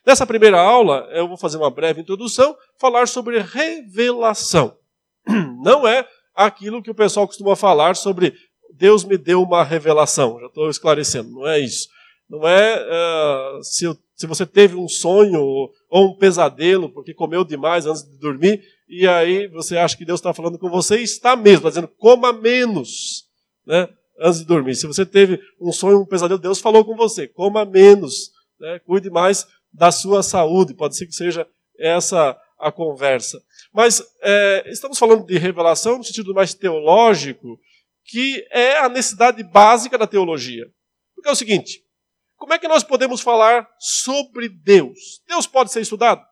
Nessa primeira aula, eu vou fazer uma breve introdução, falar sobre revelação. Não é aquilo que o pessoal costuma falar sobre Deus me deu uma revelação. Já estou esclarecendo, não é isso. Não é se você teve um sonho ou um pesadelo porque comeu demais antes de dormir e aí você acha que Deus está falando com você e está mesmo, está dizendo coma menos, né, antes de dormir. Se você teve um sonho, um pesadelo, Deus falou com você, coma menos, né, cuide mais da sua saúde. Pode ser que seja essa a conversa. Mas estamos falando de revelação no sentido mais teológico, que é a necessidade básica da teologia. Porque é o seguinte, como é que nós podemos falar sobre Deus? Deus pode ser estudado?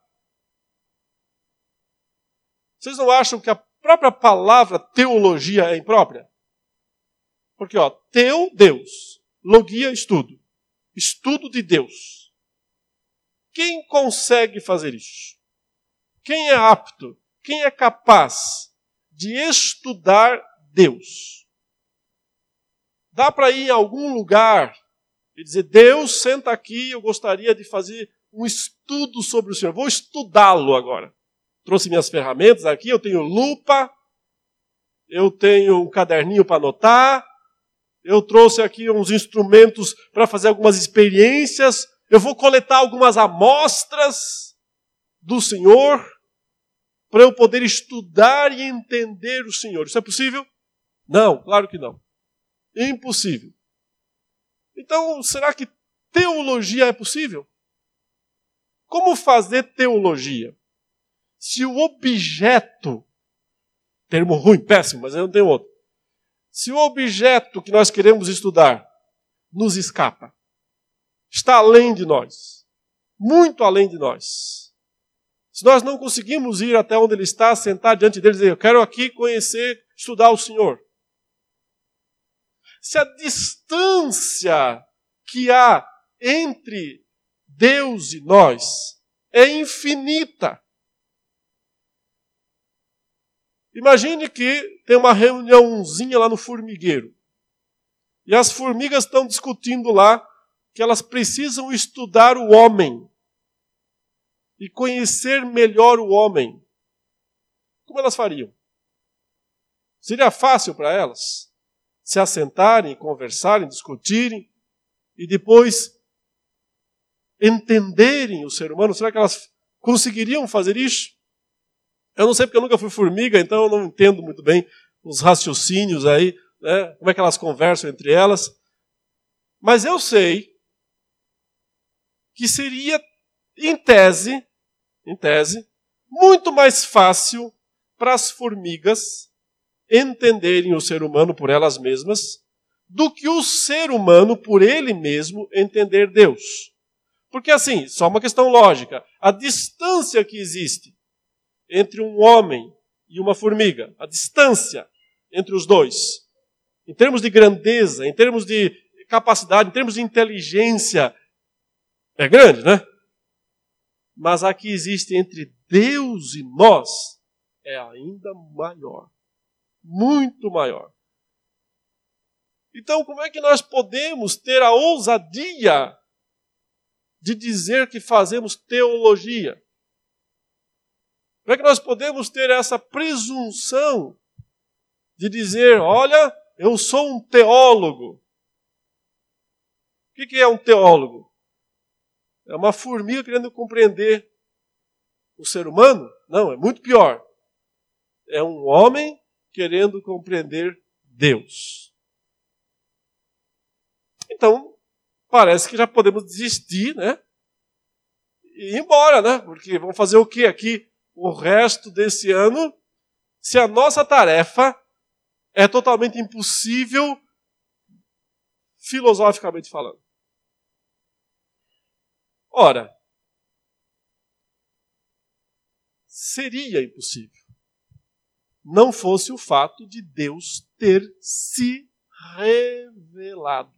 Vocês não acham que a própria palavra teologia é imprópria? Porque, Deus, logia, estudo. Estudo de Deus. Quem consegue fazer isso? Quem é apto? Quem é capaz de estudar Deus? Dá para ir em algum lugar e dizer, Deus, senta aqui, eu gostaria de fazer um estudo sobre o Senhor. Vou estudá-lo agora. Trouxe minhas ferramentas aqui, eu tenho lupa, eu tenho um caderninho para anotar, eu trouxe aqui uns instrumentos para fazer algumas experiências, eu vou coletar algumas amostras do Senhor para eu poder estudar e entender o Senhor. Isso é possível? Não, claro que não. Impossível. Então, será que teologia é possível? Como fazer teologia? Se o objeto, termo ruim, péssimo, mas eu não tenho outro. Se o objeto que nós queremos estudar nos escapa, está além de nós, muito além de nós. Se nós não conseguimos ir até onde ele está, sentar diante dele e dizer, eu quero aqui conhecer, estudar o Senhor. Se a distância que há entre Deus e nós é infinita. Imagine que tem uma reuniãozinha lá no formigueiro. E as formigas estão discutindo lá que elas precisam estudar o homem e conhecer melhor o homem. Como elas fariam? Seria fácil para elas se assentarem, conversarem, discutirem e depois entenderem o ser humano? Será que elas conseguiriam fazer isso? Eu não sei porque eu nunca fui formiga, então eu não entendo muito bem os raciocínios aí, né? Como é que elas conversam entre elas. Mas eu sei que seria, em tese, muito mais fácil para as formigas entenderem o ser humano por elas mesmas do que o ser humano por ele mesmo entender Deus. Porque assim, só uma questão lógica, a distância que existe entre um homem e uma formiga, a distância entre os dois, em termos de grandeza, em termos de capacidade, em termos de inteligência, é grande, né? Mas a que existe entre Deus e nós é ainda maior. Muito maior. Então, como é que nós podemos ter a ousadia de dizer que fazemos teologia? Como é que nós podemos ter essa presunção de dizer, olha, eu sou um teólogo? O que é um teólogo? É uma formiga querendo compreender o ser humano? Não, é muito pior. É um homem querendo compreender Deus. Então, parece que já podemos desistir, né? E ir embora, né? Porque vamos fazer o quê aqui o resto desse ano, se a nossa tarefa é totalmente impossível, filosoficamente falando. Ora, seria impossível. Não fosse o fato de Deus ter se revelado.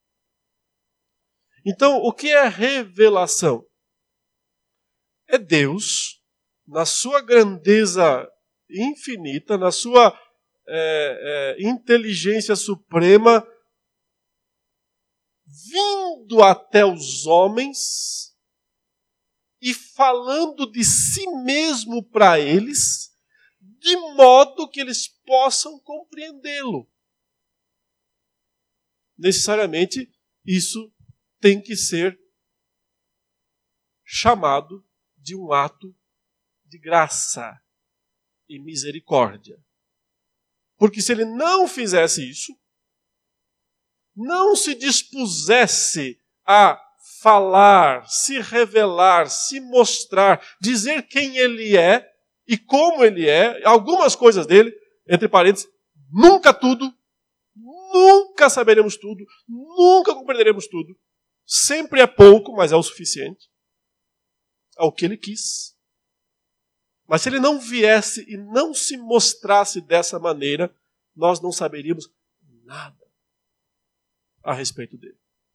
Então, o que é revelação? É Deus, na sua grandeza infinita, na sua inteligência suprema, vindo até os homens e falando de si mesmo para eles, de modo que eles possam compreendê-lo. Necessariamente, isso tem que ser chamado de um ato de graça e misericórdia. Porque se ele não fizesse isso, não se dispusesse a falar, se revelar, se mostrar, dizer quem ele é e como ele é, algumas coisas dele, entre parênteses, nunca tudo, nunca saberemos tudo, nunca compreenderemos tudo. Sempre é pouco, mas é o suficiente. É o que ele quis. Mas se ele não viesse e não se mostrasse dessa maneira, nós não saberíamos nada a respeito dele.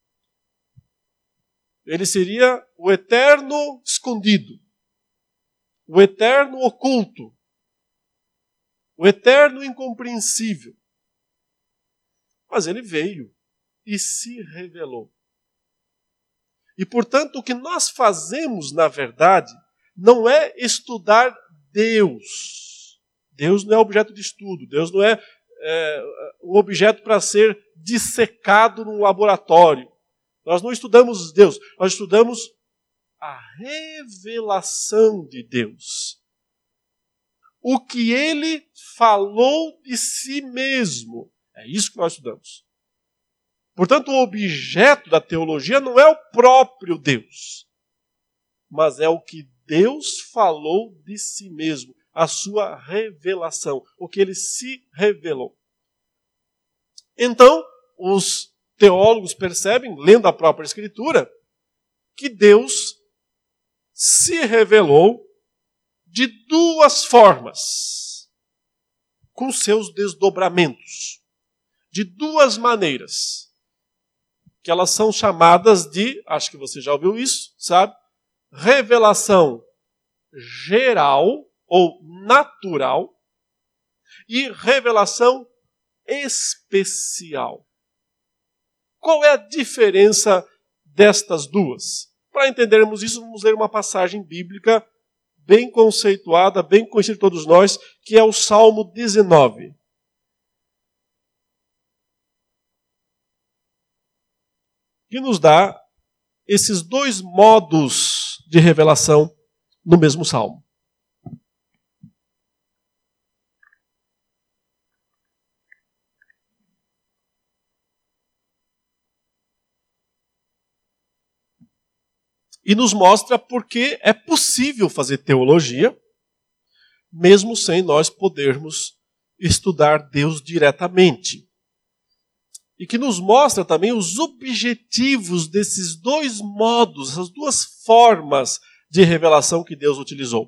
Ele seria o eterno escondido, o eterno oculto, o eterno incompreensível. Mas ele veio e se revelou. E, portanto, o que nós fazemos, na verdade, não é estudar Deus. Deus não é objeto de estudo. Deus não é um objeto para ser dissecado num laboratório. Nós não estudamos Deus, nós estudamos a revelação de Deus. O que ele falou de si mesmo. É isso que nós estudamos. Portanto, o objeto da teologia não é o próprio Deus, mas é o que Deus falou de si mesmo, a sua revelação, o que ele se revelou. Então, os teólogos percebem, lendo a própria Escritura, que Deus se revelou de duas formas, com seus desdobramentos, de duas maneiras, que elas são chamadas de, acho que você já ouviu isso, sabe? Revelação geral ou natural e revelação especial. Qual é a diferença destas duas? Para entendermos isso, vamos ler uma passagem bíblica bem conceituada, bem conhecida de todos nós, que é o Salmo 19. Que nos dá esses dois modos de revelação no mesmo salmo. E nos mostra porque é possível fazer teologia, mesmo sem nós podermos estudar Deus diretamente. E que nos mostra também os objetivos desses dois modos, essas duas formas de revelação que Deus utilizou.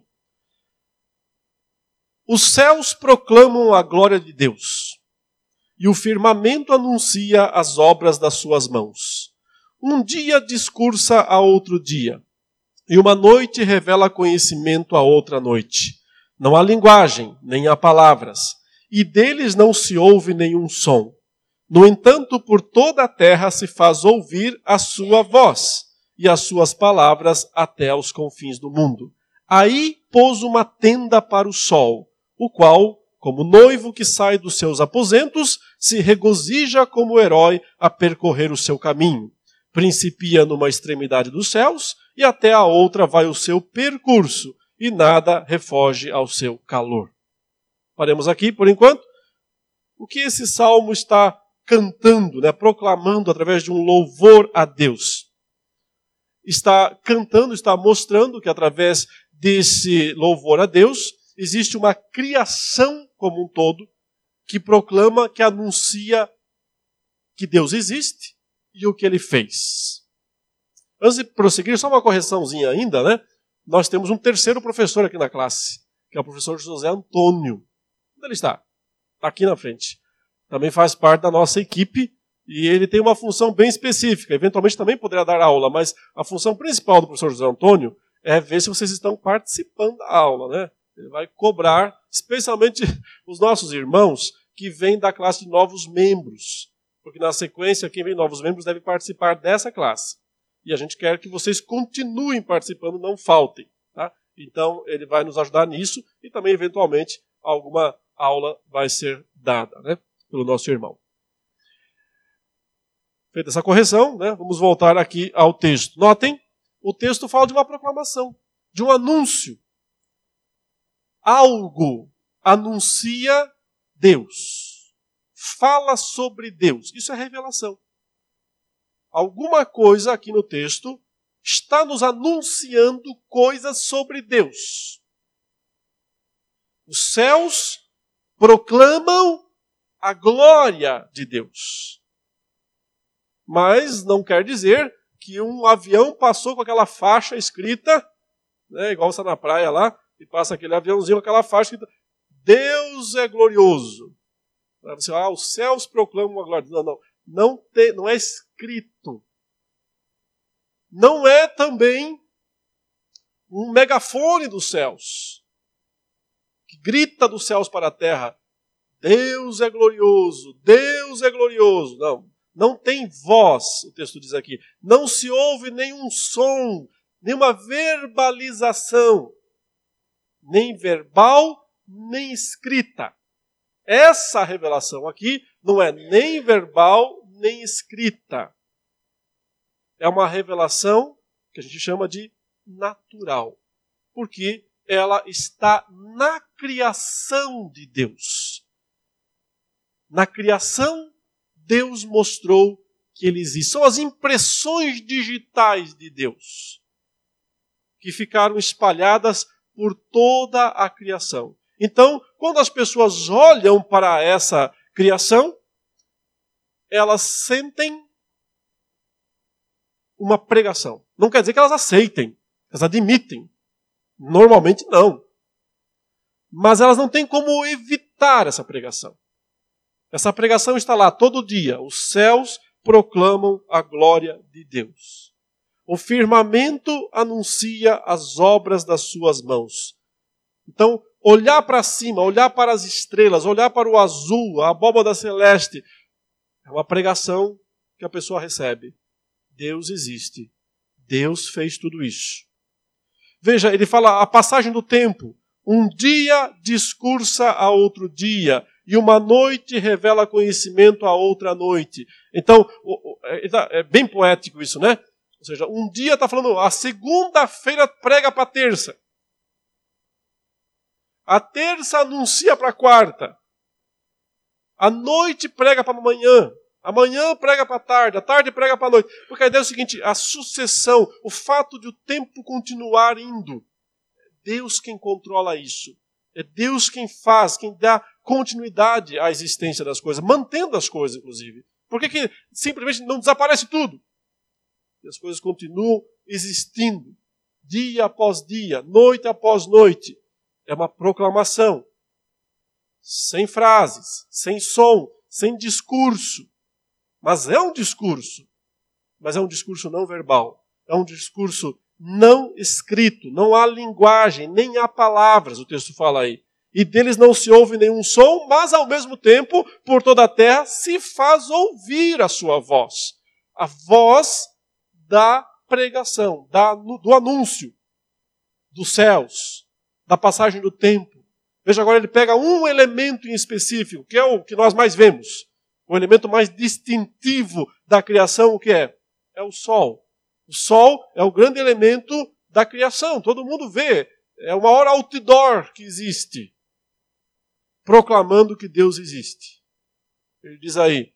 Os céus proclamam a glória de Deus, e o firmamento anuncia as obras das suas mãos. Um dia discursa a outro dia, e uma noite revela conhecimento a outra noite. Não há linguagem, nem há palavras, e deles não se ouve nenhum som. No entanto, por toda a terra se faz ouvir a sua voz, e as suas palavras até aos confins do mundo. Aí pôs uma tenda para o sol, o qual, como noivo que sai dos seus aposentos, se regozija como herói a percorrer o seu caminho. Principia numa extremidade dos céus, e até a outra vai o seu percurso, e nada refoge ao seu calor. Paremos aqui, por enquanto. O que esse salmo está cantando, proclamando através de um louvor a Deus? Está cantando, está mostrando que através desse louvor a Deus, existe uma criação como um todo, que proclama, que anuncia que Deus existe e o que ele fez. Antes de prosseguir, só uma correçãozinha ainda, Nós temos um terceiro professor aqui na classe, que é o professor José Antônio. Onde ele está? Está aqui na frente. Também faz parte da nossa equipe e ele tem uma função bem específica. Eventualmente também poderá dar aula, mas a função principal do professor José Antônio é ver se vocês estão participando da aula, Ele vai cobrar, especialmente os nossos irmãos que vêm da classe de novos membros. Porque na sequência, quem vem novos membros deve participar dessa classe. e a gente quer que vocês continuem participando, não faltem. Tá? Então, ele vai nos ajudar nisso e também, eventualmente, alguma aula vai ser dada, né, pelo nosso irmão. Feita essa correção, né, vamos voltar aqui ao texto. Notem, o texto fala de uma proclamação, de um anúncio. Algo anuncia Deus. Fala sobre Deus. Isso é revelação. Alguma coisa aqui no texto está nos anunciando coisas sobre Deus. Os céus proclamam a glória de Deus. Mas não quer dizer que um avião passou com aquela faixa escrita, né, igual está na praia lá, e passa aquele aviãozinho com aquela faixa escrita, Deus é glorioso. Você, os céus proclamam a glória. Não é escrito. Não é também um megafone dos céus, que grita dos céus para a terra, Deus é glorioso, Deus é glorioso. Não tem voz, o texto diz aqui. Não se ouve nenhum som, nenhuma verbalização, nem verbal, nem escrita. Essa revelação aqui não é nem verbal, nem escrita. É uma revelação que a gente chama de natural, porque ela está na criação de Deus. Na criação, Deus mostrou que Ele existe. São as impressões digitais de Deus que ficaram espalhadas por toda a criação. Então, quando as pessoas olham para essa criação, elas sentem uma pregação. Não quer dizer que elas aceitem, elas admitem. Normalmente não. Mas elas não têm como evitar essa pregação. Essa pregação está lá todo dia. Os céus proclamam a glória de Deus. O firmamento anuncia as obras das suas mãos. Então, olhar para cima, olhar para as estrelas, olhar para o azul, a abóbada celeste, é uma pregação que a pessoa recebe. Deus existe. Deus fez tudo isso. Veja, ele fala a passagem do tempo. Um dia discursa a outro dia, e uma noite revela conhecimento a outra noite. Então, é bem poético isso, né? Ou seja, um dia está falando, a segunda-feira prega para a terça. A terça anuncia para a quarta. A noite prega para amanhã. Amanhã prega para a tarde prega para a noite. Porque a ideia é o seguinte, a sucessão, o fato de o tempo continuar indo, é Deus quem controla isso. É Deus quem faz, quem dá continuidade à existência das coisas, mantendo as coisas, inclusive. Por que simplesmente não desaparece tudo? E as coisas continuam existindo, dia após dia, noite após noite. É uma proclamação, sem frases, sem som, sem discurso. Mas é um discurso. Mas é um discurso não verbal. É um discurso não escrito. Não há linguagem, nem há palavras, o texto fala aí. E deles não se ouve nenhum som, mas ao mesmo tempo, por toda a terra, se faz ouvir a sua voz. A voz da pregação, do anúncio dos céus, da passagem do tempo. Veja agora, ele pega um elemento em específico, que é o que nós mais vemos. O elemento mais distintivo da criação, o que é? É o sol. O sol é o grande elemento da criação. Todo mundo vê. É o maior outdoor que existe. Proclamando que Deus existe. Ele diz aí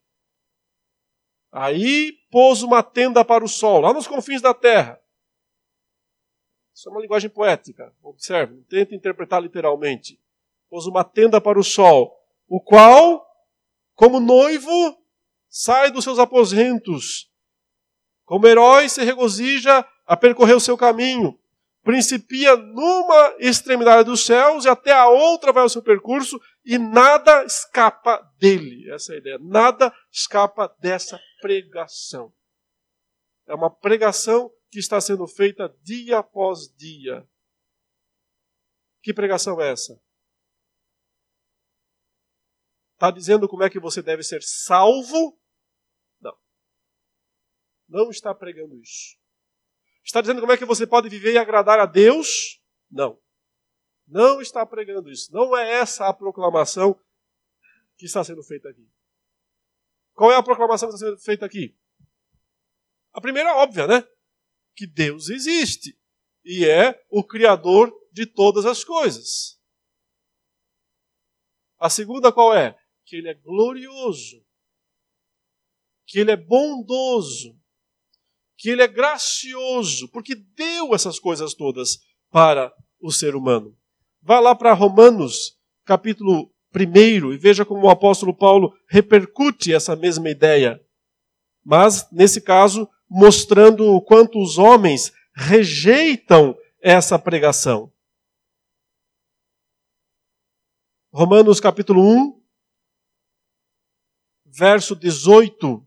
pôs uma tenda para o sol, lá nos confins da terra. Isso é uma linguagem poética. Observe, não tenta interpretar literalmente. Pôs uma tenda para o sol, o qual, como noivo, sai dos seus aposentos. Como herói se regozija a percorrer o seu caminho. Principia numa extremidade dos céus e até a outra vai ao seu percurso e nada escapa dele. Essa é a ideia. Nada escapa dessa pregação. É uma pregação que está sendo feita dia após dia. Que pregação é essa? Está dizendo como é que você deve ser salvo? Não. Não está pregando isso. Está dizendo como é que você pode viver e agradar a Deus? Não. Não está pregando isso. Não é essa a proclamação que está sendo feita aqui. Qual é a proclamação que está sendo feita aqui? A primeira é óbvia, né? Que Deus existe e é o Criador de todas as coisas. A segunda qual é? Que Ele é glorioso, que Ele é bondoso, que Ele é gracioso, porque deu essas coisas todas para o ser humano. Vá lá para Romanos, capítulo 1, e veja como o apóstolo Paulo repercute essa mesma ideia. Mas, nesse caso, mostrando o quanto os homens rejeitam essa pregação. Romanos capítulo 1, verso 18,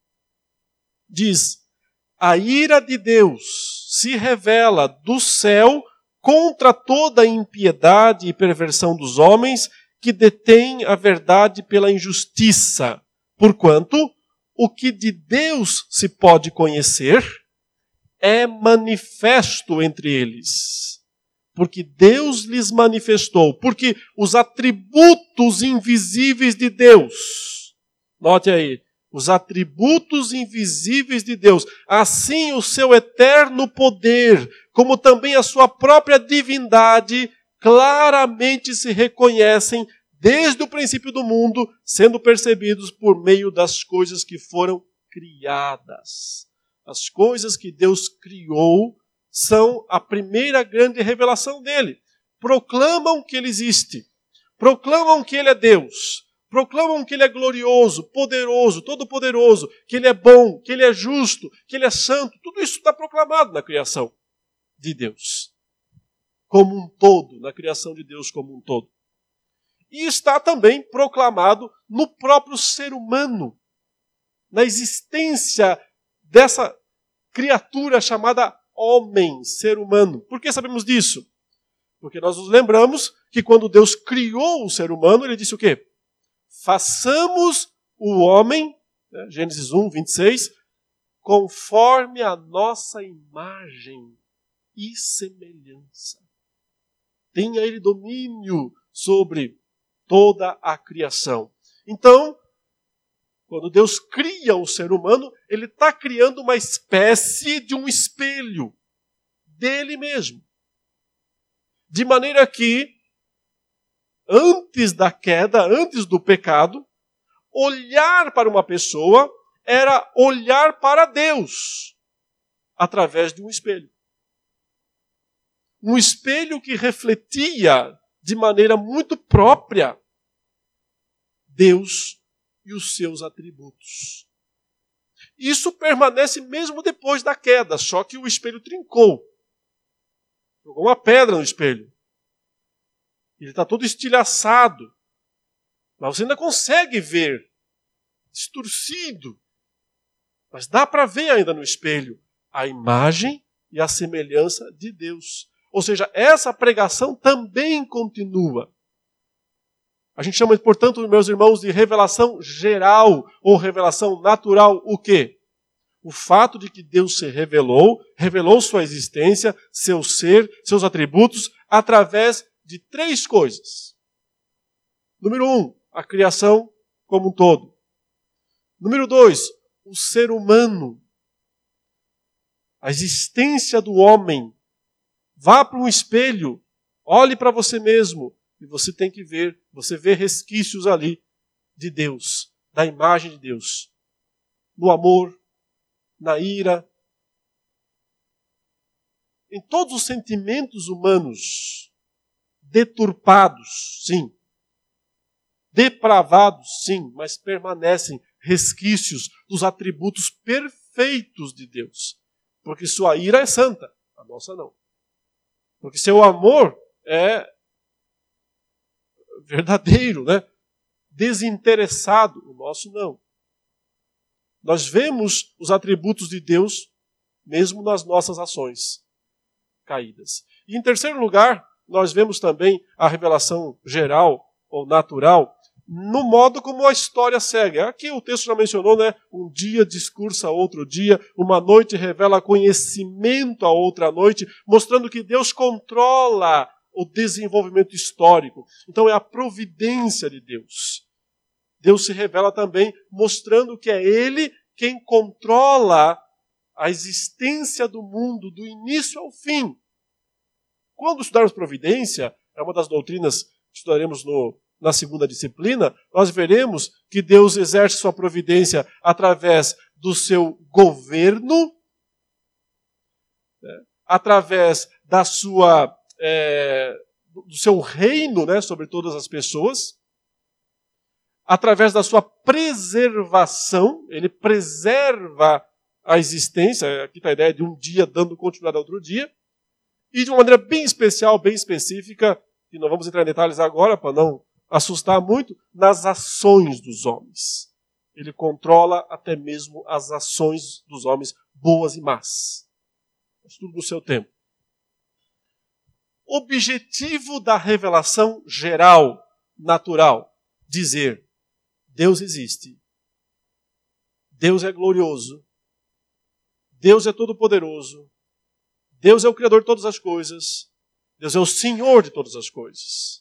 diz: a ira de Deus se revela do céu contra toda a impiedade e perversão dos homens que detêm a verdade pela injustiça, porquanto o que de Deus se pode conhecer é manifesto entre eles. Porque Deus lhes manifestou, porque os atributos invisíveis de Deus, note aí, os atributos invisíveis de Deus, assim o seu eterno poder, como também a sua própria divindade, claramente se reconhecem desde o princípio do mundo, sendo percebidos por meio das coisas que foram criadas. As coisas que Deus criou são a primeira grande revelação dele. Proclamam que ele existe. Proclamam que ele é Deus. Proclamam que ele é glorioso, poderoso, todo-poderoso, que ele é bom, que ele é justo, que ele é santo. Tudo isso está proclamado na criação de Deus. Como um todo, na criação de Deus como um todo. E está também proclamado no próprio ser humano, na existência dessa criatura chamada homem, ser humano. Por que sabemos disso? Porque nós nos lembramos que quando Deus criou o ser humano, ele disse o quê? Façamos o homem, Gênesis 1, 26, conforme a nossa imagem e semelhança. Tenha ele domínio sobre toda a criação. Então, quando Deus cria o ser humano, ele está criando uma espécie de um espelho dele mesmo. De maneira que, antes da queda, antes do pecado, olhar para uma pessoa era olhar para Deus através de um espelho. Um espelho que refletia de maneira muito própria Deus e os seus atributos. Isso permanece mesmo depois da queda, só que o espelho trincou. Jogou uma pedra no espelho. Ele está todo estilhaçado. Mas você ainda consegue ver. Distorcido. Mas dá para ver ainda no espelho a imagem e a semelhança de Deus. Ou seja, essa pregação também continua. A gente chama, portanto, meus irmãos, de revelação geral ou revelação natural. O quê? O fato de que Deus se revelou sua existência, seu ser, seus atributos, através de 3 coisas. Número 1, a criação como um todo. Número 2, o ser humano. A existência do homem. Vá para um espelho, olhe para você mesmo. E você tem que ver, você vê resquícios ali de Deus, da imagem de Deus. No amor, na ira, em todos os sentimentos humanos, deturpados, sim. Depravados, sim, mas permanecem resquícios dos atributos perfeitos de Deus. Porque sua ira é santa, a nossa não. Porque seu amor é verdadeiro, né? Desinteressado. O nosso não. Nós vemos os atributos de Deus mesmo nas nossas ações caídas. E em terceiro lugar, nós vemos também a revelação geral ou natural no modo como a história segue. Aqui o texto já mencionou, né? Um dia discursa outro dia, uma noite revela conhecimento a outra noite, mostrando que Deus controla o desenvolvimento histórico. Então é a providência de Deus. Deus se revela também mostrando que é Ele quem controla a existência do mundo do início ao fim. Quando estudarmos providência, é uma das doutrinas que estudaremos na segunda disciplina, nós veremos que Deus exerce sua providência através do seu governo, né, através do seu reino, né, sobre todas as pessoas, através da sua preservação. Ele preserva a existência, aqui está a ideia de um dia dando continuidade a outro dia, e de uma maneira bem especial, bem específica, que não vamos entrar em detalhes agora para não assustar muito, nas ações dos homens. Ele controla até mesmo as ações dos homens, boas e más. Mas tudo no seu tempo. Objetivo da revelação geral, natural, dizer: Deus existe. Deus é glorioso. Deus é todo-poderoso. Deus é o Criador de todas as coisas. Deus é o Senhor de todas as coisas.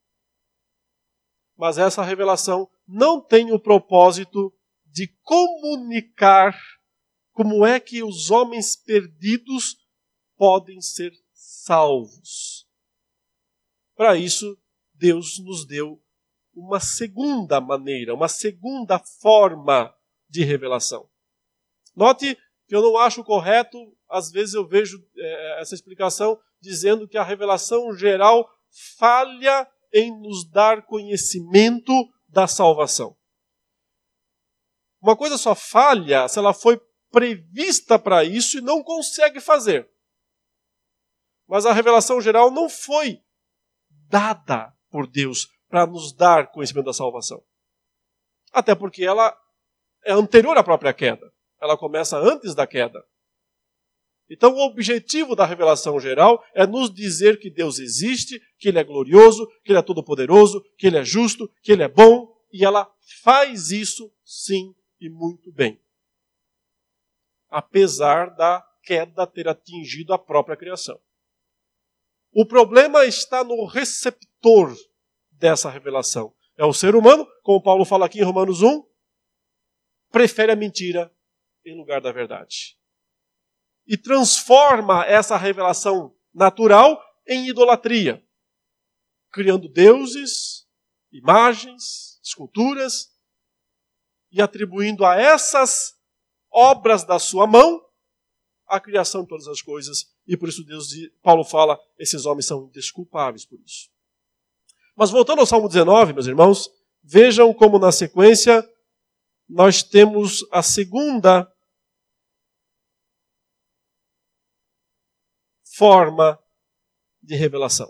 Mas essa revelação não tem o propósito de comunicar como é que os homens perdidos podem ser salvos. Para isso, Deus nos deu uma segunda maneira, uma segunda forma de revelação. Note que eu não acho correto, às vezes eu vejo essa explicação dizendo que a revelação geral falha em nos dar conhecimento da salvação. Uma coisa só falha se ela foi prevista para isso e não consegue fazer. Mas a revelação geral não foi dada por Deus para nos dar conhecimento da salvação. Até porque ela é anterior à própria queda. Ela começa antes da queda. Então, o objetivo da revelação geral é nos dizer que Deus existe, que Ele é glorioso, que Ele é todo-poderoso, que Ele é justo, que Ele é bom, e ela faz isso, sim, e muito bem. Apesar da queda ter atingido a própria criação. O problema está no receptor dessa revelação. É o ser humano, como Paulo fala aqui em Romanos 1, prefere a mentira em lugar da verdade. E transforma essa revelação natural em idolatria, criando deuses, imagens, esculturas, e atribuindo a essas obras da sua mão a criação de todas as coisas. E por isso Paulo fala, esses homens são indesculpáveis por isso. Mas voltando ao Salmo 19, meus irmãos, vejam como na sequência nós temos a segunda forma de revelação.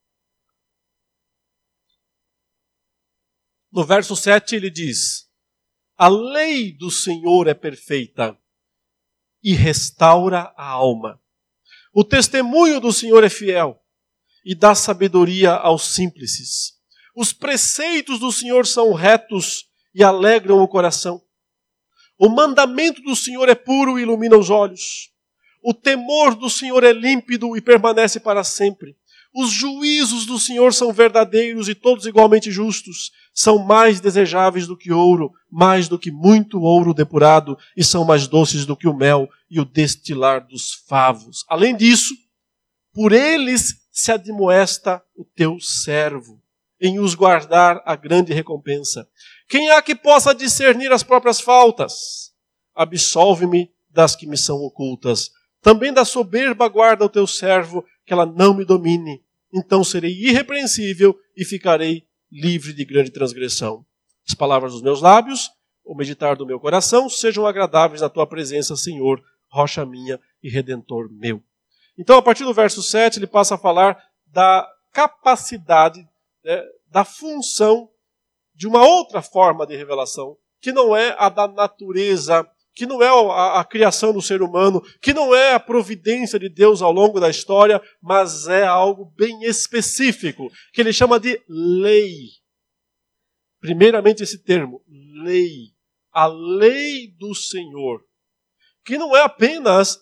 No verso 7 ele diz: a lei do Senhor é perfeita e restaura a alma. O testemunho do Senhor é fiel e dá sabedoria aos simples. Os preceitos do Senhor são retos e alegram o coração. O mandamento do Senhor é puro e ilumina os olhos. O temor do Senhor é límpido e permanece para sempre. Os juízos do Senhor são verdadeiros e todos igualmente justos. São mais desejáveis do que ouro, mais do que muito ouro depurado, e são mais doces do que o mel e o destilar dos favos. Além disso, por eles se admoesta o teu servo, em os guardar a grande recompensa. Quem há que possa discernir as próprias faltas? Absolve-me das que me são ocultas. Também da soberba guarda o teu servo, que ela não me domine. Então serei irrepreensível e ficarei livre de grande transgressão. As palavras dos meus lábios, o meditar do meu coração, sejam agradáveis na tua presença, Senhor, rocha minha e redentor meu. Então, a partir do verso 7, ele passa a falar da capacidade, da função de uma outra forma de revelação, que não é a da natureza, que não é a criação do ser humano, que não é a providência de Deus ao longo da história, mas é algo bem específico, que ele chama de lei. primeiramente esse termo, lei. A lei do Senhor. Que não é apenas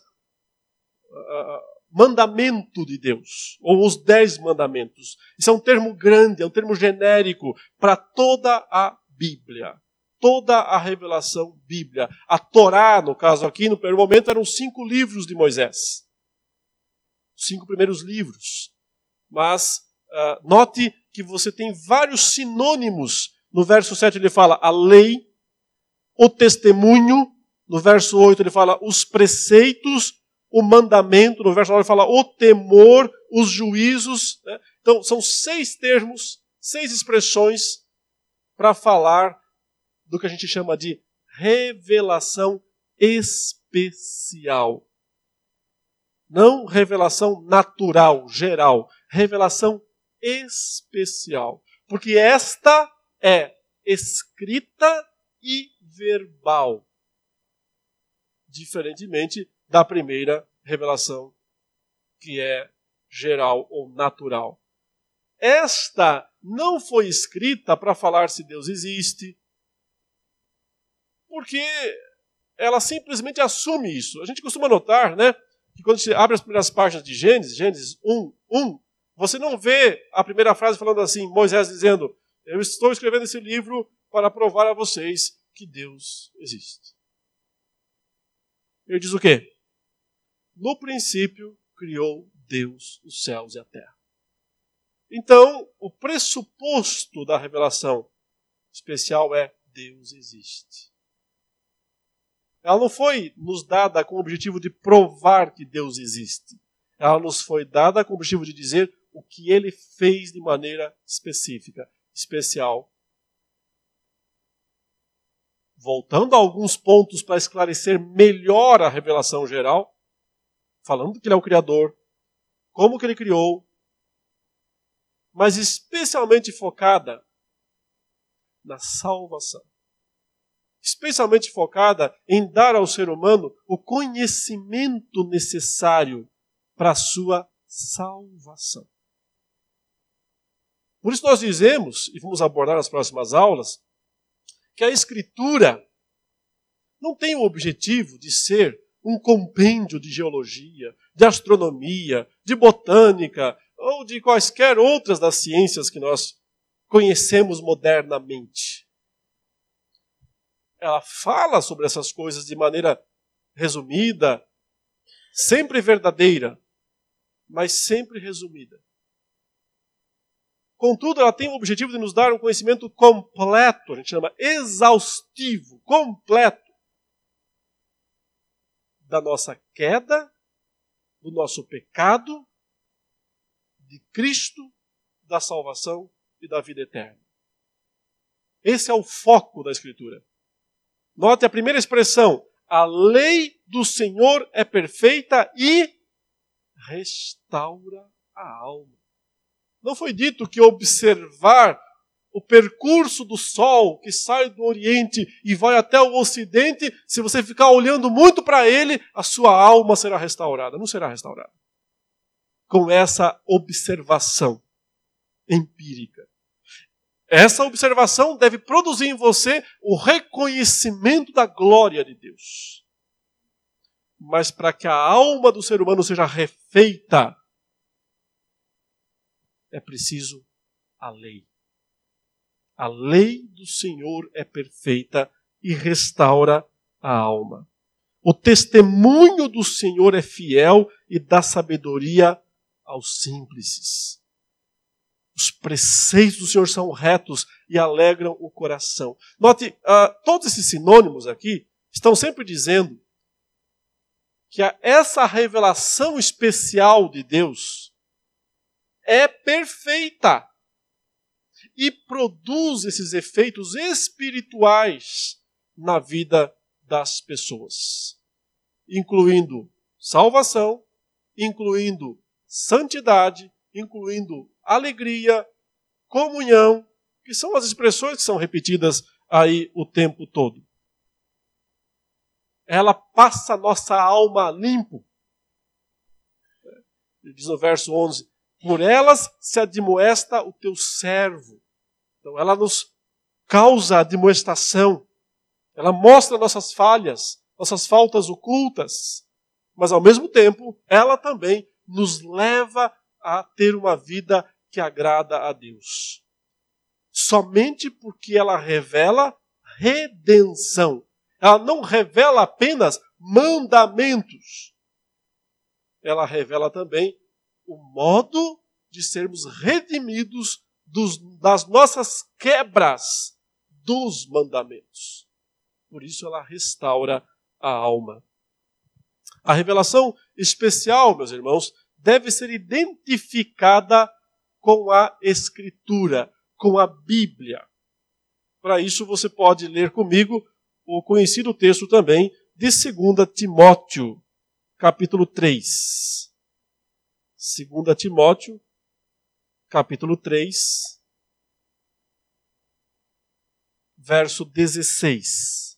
mandamento de Deus, ou os 10 mandamentos. Isso é um termo grande, é um termo genérico para toda a Bíblia. Toda a revelação bíblica. A Torá, no caso aqui, no primeiro momento, eram 5 livros de Moisés. 5 primeiros livros. Mas note que você tem vários sinônimos. No verso 7 ele fala a lei, o testemunho. No verso 8 ele fala os preceitos, o mandamento. No verso 9 ele fala o temor, os juízos. Né? Então são 6 termos, 6 expressões para falar do que a gente chama de revelação especial. Não revelação natural, geral. Revelação especial. Porque esta é escrita e verbal. Diferentemente da primeira revelação, que é geral ou natural. Esta não foi escrita para falar se Deus existe, porque ela simplesmente assume isso. A gente costuma notar, né, que quando você abre as primeiras páginas de Gênesis 1, você não vê a primeira frase falando assim, Moisés dizendo, eu estou escrevendo esse livro para provar a vocês que Deus existe. Ele diz o quê? No princípio, criou Deus os céus e a terra. Então, o pressuposto da revelação especial é Deus existe. Ela não foi nos dada com o objetivo de provar que Deus existe. Ela nos foi dada com o objetivo de dizer o que Ele fez de maneira específica, especial. Voltando a alguns pontos para esclarecer melhor a revelação geral, falando que Ele é o Criador, como que Ele criou, mas especialmente focada na salvação. Especialmente focada em dar ao ser humano o conhecimento necessário para a sua salvação. Por isso nós dizemos, e vamos abordar nas próximas aulas, que a Escritura não tem o objetivo de ser um compêndio de geologia, de astronomia, de botânica ou de quaisquer outras das ciências que nós conhecemos modernamente. Ela fala sobre essas coisas de maneira resumida, sempre verdadeira, mas sempre resumida. Contudo, ela tem o objetivo de nos dar um conhecimento completo, a gente chama exaustivo, completo, da nossa queda, do nosso pecado, de Cristo, da salvação e da vida eterna. Esse é o foco da Escritura. Note a primeira expressão, a lei do Senhor é perfeita e restaura a alma. Não foi dito que observar o percurso do sol que sai do Oriente e vai até o Ocidente, se você ficar olhando muito para ele, a sua alma será restaurada. Não será restaurada. Com essa observação empírica. Essa observação deve produzir em você o reconhecimento da glória de Deus. Mas para que a alma do ser humano seja refeita, é preciso a lei. A lei do Senhor é perfeita e restaura a alma. O testemunho do Senhor é fiel e dá sabedoria aos simples. Os preceitos do Senhor são retos e alegram o coração. Note, todos esses sinônimos aqui estão sempre dizendo que essa revelação especial de Deus é perfeita e produz esses efeitos espirituais na vida das pessoas, incluindo salvação, incluindo santidade, incluindo alegria, comunhão, que são as expressões que são repetidas aí o tempo todo. Ela passa a nossa alma limpo. Ele diz no verso 11, por elas se admoesta o teu servo. Então ela nos causa admoestação. Ela mostra nossas falhas, nossas faltas ocultas. Mas, ao mesmo tempo, ela também nos leva a ter uma vida que agrada a Deus. Somente porque ela revela redenção. Ela não revela apenas mandamentos. Ela revela também o modo de sermos redimidos das nossas quebras dos mandamentos. Por isso ela restaura a alma. A revelação especial, meus irmãos, deve ser identificada com a Escritura, com a Bíblia. Para isso você pode ler comigo o conhecido texto também de 2 Timóteo, capítulo 3. 2 Timóteo, capítulo 3, verso 16.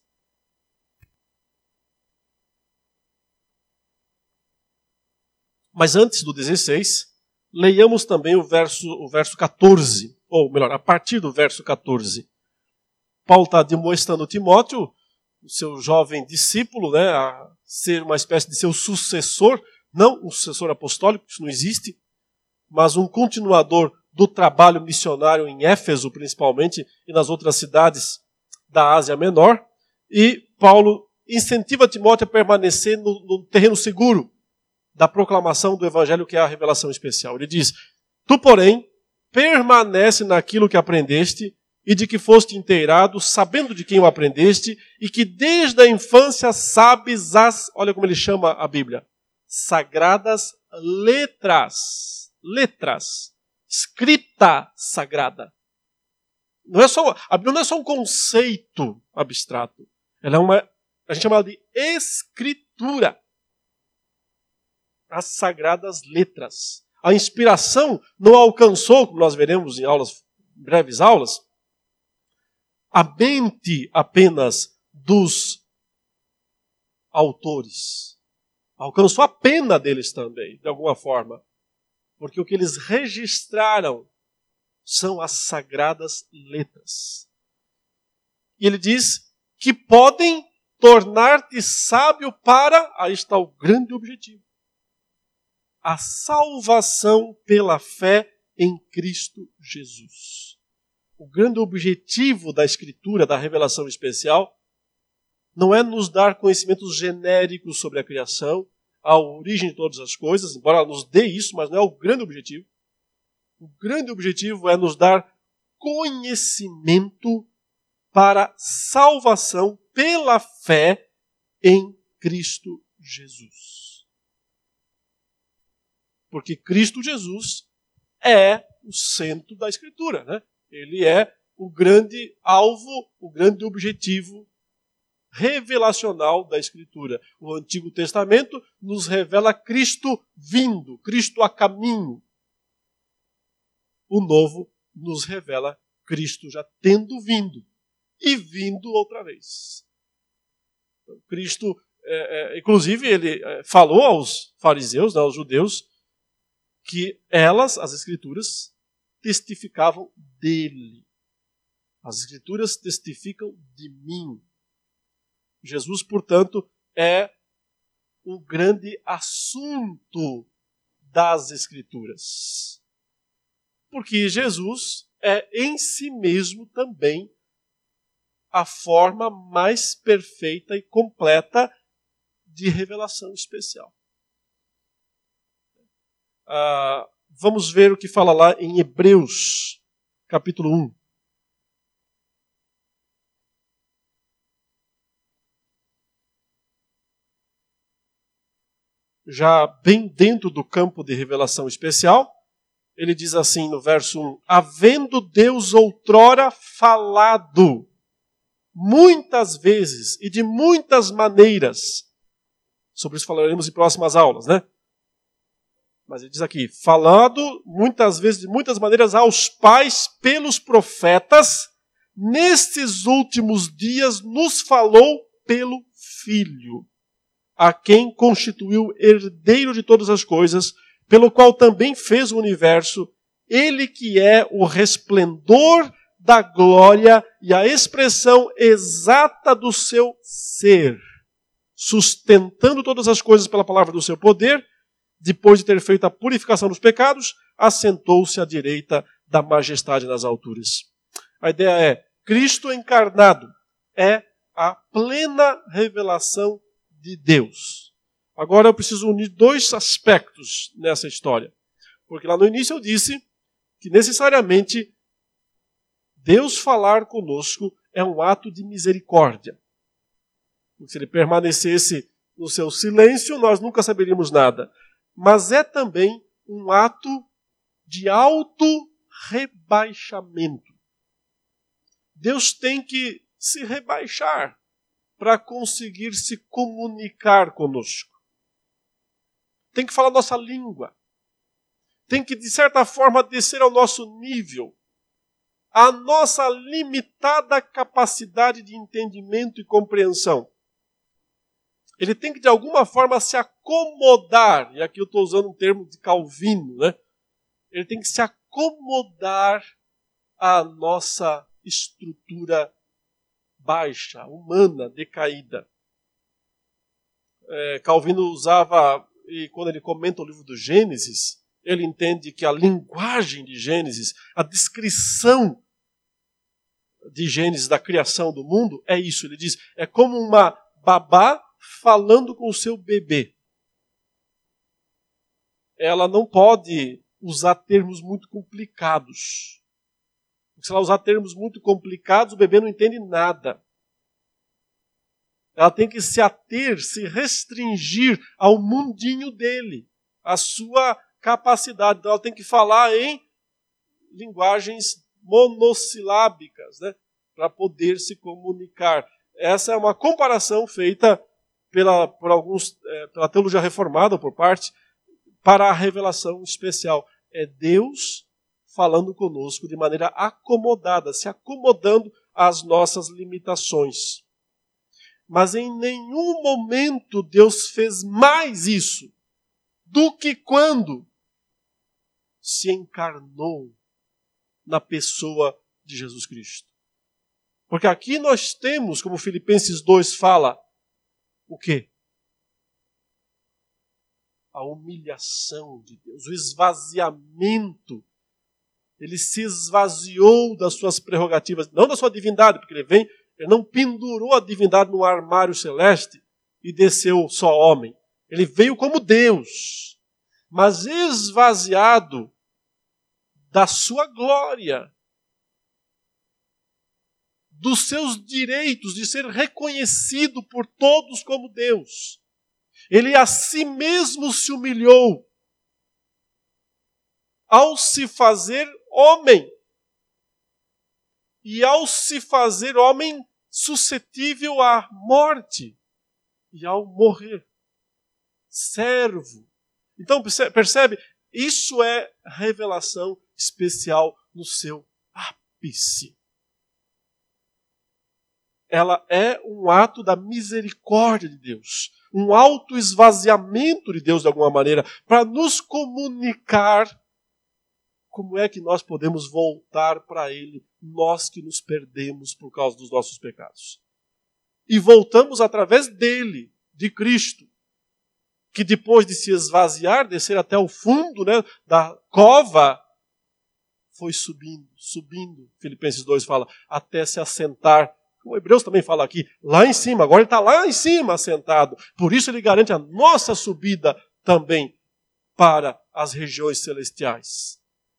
Mas antes do 16, leiamos também o verso 14, ou melhor, a partir do verso 14. Paulo está demonstrando Timóteo, o seu jovem discípulo, né, a ser uma espécie de seu sucessor, não um sucessor apostólico, isso não existe, mas um continuador do trabalho missionário em Éfeso, principalmente, e nas outras cidades da Ásia Menor. E Paulo incentiva Timóteo a permanecer no terreno seguro da proclamação do Evangelho, que é a revelação especial. Ele diz: tu, porém, permanece naquilo que aprendeste e de que foste inteirado, sabendo de quem o aprendeste, e que desde a infância sabes olha como ele chama a Bíblia, sagradas letras. Letras. Escrita sagrada. A Bíblia não é só um conceito abstrato. Ela é a gente chama ela de escritura. As sagradas letras. A inspiração não alcançou, como nós veremos em breves aulas, a mente apenas dos autores. Alcançou a pena deles também, de alguma forma. Porque o que eles registraram são as sagradas letras. E ele diz que podem tornar-te sábio para, aí está o grande objetivo, a salvação pela fé em Cristo Jesus. O grande objetivo da Escritura, da revelação especial, não é nos dar conhecimentos genéricos sobre a criação, a origem de todas as coisas, embora ela nos dê isso, mas não é o grande objetivo. O grande objetivo é nos dar conhecimento para salvação pela fé em Cristo Jesus. Porque Cristo Jesus é o centro da Escritura, né? Ele é o grande alvo, o grande objetivo revelacional da Escritura. O Antigo Testamento nos revela Cristo vindo, Cristo a caminho. O Novo nos revela Cristo já tendo vindo e vindo outra vez. Então, Cristo, inclusive, ele falou aos fariseus, aos judeus, que as Escrituras, testificavam dele. As Escrituras testificam de mim. Jesus, portanto, é o grande assunto das Escrituras. Porque Jesus é em si mesmo também a forma mais perfeita e completa de revelação especial. Vamos ver o que fala lá em Hebreus, capítulo 1. Já bem dentro do campo de revelação especial, ele diz assim no verso 1, havendo Deus outrora falado muitas vezes e de muitas maneiras, sobre isso falaremos em próximas aulas, né? Mas ele diz aqui, falado muitas vezes, de muitas maneiras, aos pais pelos profetas, nestes últimos dias nos falou pelo Filho, a quem constituiu herdeiro de todas as coisas, pelo qual também fez o universo, ele que é o resplendor da glória e a expressão exata do seu ser, sustentando todas as coisas pela palavra do seu poder, depois de ter feito a purificação dos pecados, assentou-se à direita da majestade nas alturas. A ideia é, Cristo encarnado é a plena revelação de Deus. Agora eu preciso unir dois aspectos nessa história. Porque lá no início eu disse que necessariamente Deus falar conosco é um ato de misericórdia. Porque se ele permanecesse no seu silêncio, nós nunca saberíamos nada. Mas é também um ato de auto-rebaixamento. Deus tem que se rebaixar para conseguir se comunicar conosco. Tem que falar nossa língua. Tem que, de certa forma, descer ao nosso nível. A nossa limitada capacidade de entendimento e compreensão. Ele tem que, de alguma forma, se acomodar. E aqui eu estou usando um termo de Calvino, né? Ele tem que se acomodar à nossa estrutura baixa, humana, decaída. Calvino usava, e quando ele comenta o livro do Gênesis, ele entende que a linguagem de Gênesis, a descrição de Gênesis da criação do mundo, é isso. Ele diz, é como uma babá falando com o seu bebê. Ela não pode usar termos muito complicados. Porque se ela usar termos muito complicados, o bebê não entende nada. Ela tem que se ater, se restringir ao mundinho dele, à sua capacidade. Então ela tem que falar em linguagens monossilábicas, né, para poder se comunicar. Essa é uma comparação feita por alguns, pela teologia reformada, por parte, para a revelação especial. É Deus falando conosco de maneira acomodada, se acomodando às nossas limitações. Mas em nenhum momento Deus fez mais isso do que quando se encarnou na pessoa de Jesus Cristo. Porque aqui nós temos, como Filipenses 2 fala, o quê? A humilhação de Deus, o esvaziamento. Ele se esvaziou das suas prerrogativas, não da sua divindade, porque ele não pendurou a divindade no armário celeste e desceu só homem. Ele veio como Deus, mas esvaziado da sua glória, dos seus direitos de ser reconhecido por todos como Deus. Ele a si mesmo se humilhou ao se fazer homem. E ao se fazer homem suscetível à morte e ao morrer. Servo. Então, percebe? Isso é revelação especial no seu ápice. Ela é um ato da misericórdia de Deus, um autoesvaziamento de Deus de alguma maneira, para nos comunicar como é que nós podemos voltar para Ele, nós que nos perdemos por causa dos nossos pecados. E voltamos através dele, de Cristo, que depois de se esvaziar, descer até o fundo, né, da cova, foi subindo, Filipenses 2 fala, até se assentar. O Hebreus também fala aqui, lá em cima. Agora ele está lá em cima, assentado. Por isso ele garante a nossa subida também para as regiões celestiais.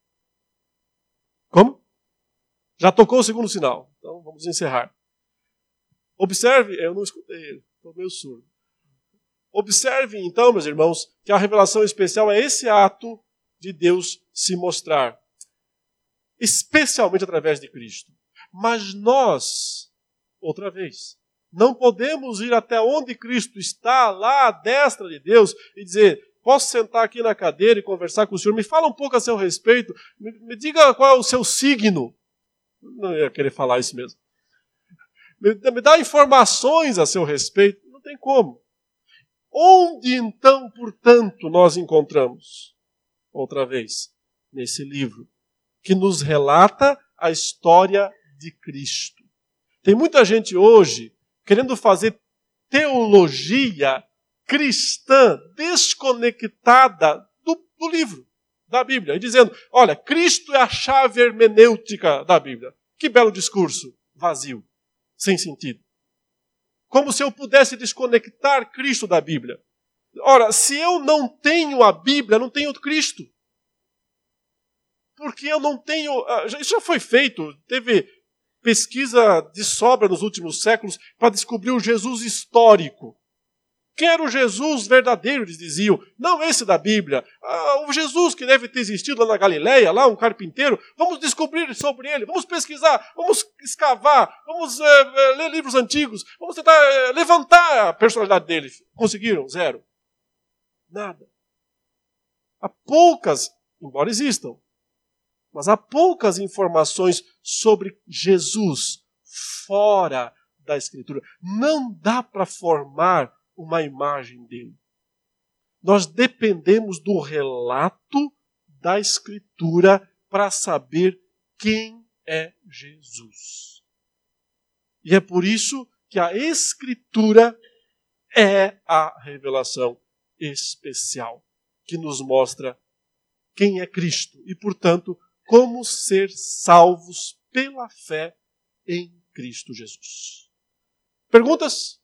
Como? Já tocou o segundo sinal. Então vamos encerrar. Observe, eu não escutei ele, estou meio surdo. Observe então, meus irmãos, que a revelação especial é esse ato de Deus se mostrar. Especialmente através de Cristo. Mas nós, outra vez, não podemos ir até onde Cristo está, lá à destra de Deus, e dizer, posso sentar aqui na cadeira e conversar com o Senhor? Me fala um pouco a seu respeito, me diga qual é o seu signo. Não ia querer falar isso mesmo. Me dá informações a seu respeito. Não tem como. Onde então, portanto, nós encontramos? Outra vez, nesse livro, que nos relata a história de Cristo. Tem muita gente hoje querendo fazer teologia cristã desconectada do livro, da Bíblia, e dizendo, olha, Cristo é a chave hermenêutica da Bíblia. Que belo discurso, vazio, sem sentido. Como se eu pudesse desconectar Cristo da Bíblia. Ora, se eu não tenho a Bíblia, não tenho Cristo. Porque eu não tenho... Isso já foi feito, teve pesquisa de sobra nos últimos séculos para descobrir o Jesus histórico. Quem era o Jesus verdadeiro, eles diziam. Não esse da Bíblia. O Jesus que deve ter existido lá na Galileia, lá um carpinteiro. Vamos descobrir sobre ele, vamos pesquisar, vamos escavar, vamos ler livros antigos, vamos tentar levantar a personalidade dele. Conseguiram? Zero. Nada. Há poucas, embora existam, mas há poucas informações sobre Jesus fora da Escritura. Não dá para formar uma imagem dele. Nós dependemos do relato da Escritura para saber quem é Jesus. E é por isso que a Escritura é a revelação especial que nos mostra quem é Cristo e, portanto, como ser salvos pela fé em Cristo Jesus. Perguntas?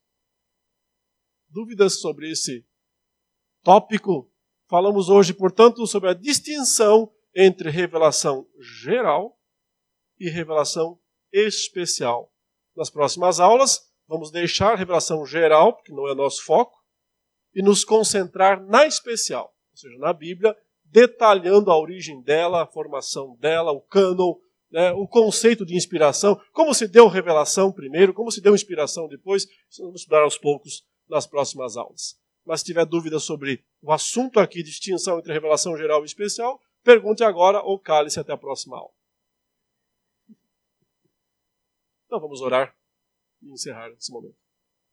Dúvidas sobre esse tópico? Falamos hoje, portanto, sobre a distinção entre revelação geral e revelação especial. Nas próximas aulas, vamos deixar a revelação geral, porque não é nosso foco, e nos concentrar na especial, ou seja, na Bíblia, detalhando a origem dela, a formação dela, o cânon, né, o conceito de inspiração, como se deu revelação primeiro, como se deu inspiração depois, isso vamos estudar aos poucos nas próximas aulas. Mas se tiver dúvida sobre o assunto aqui, distinção entre revelação geral e especial, pergunte agora ou cale-se até a próxima aula. Então vamos orar e encerrar esse momento.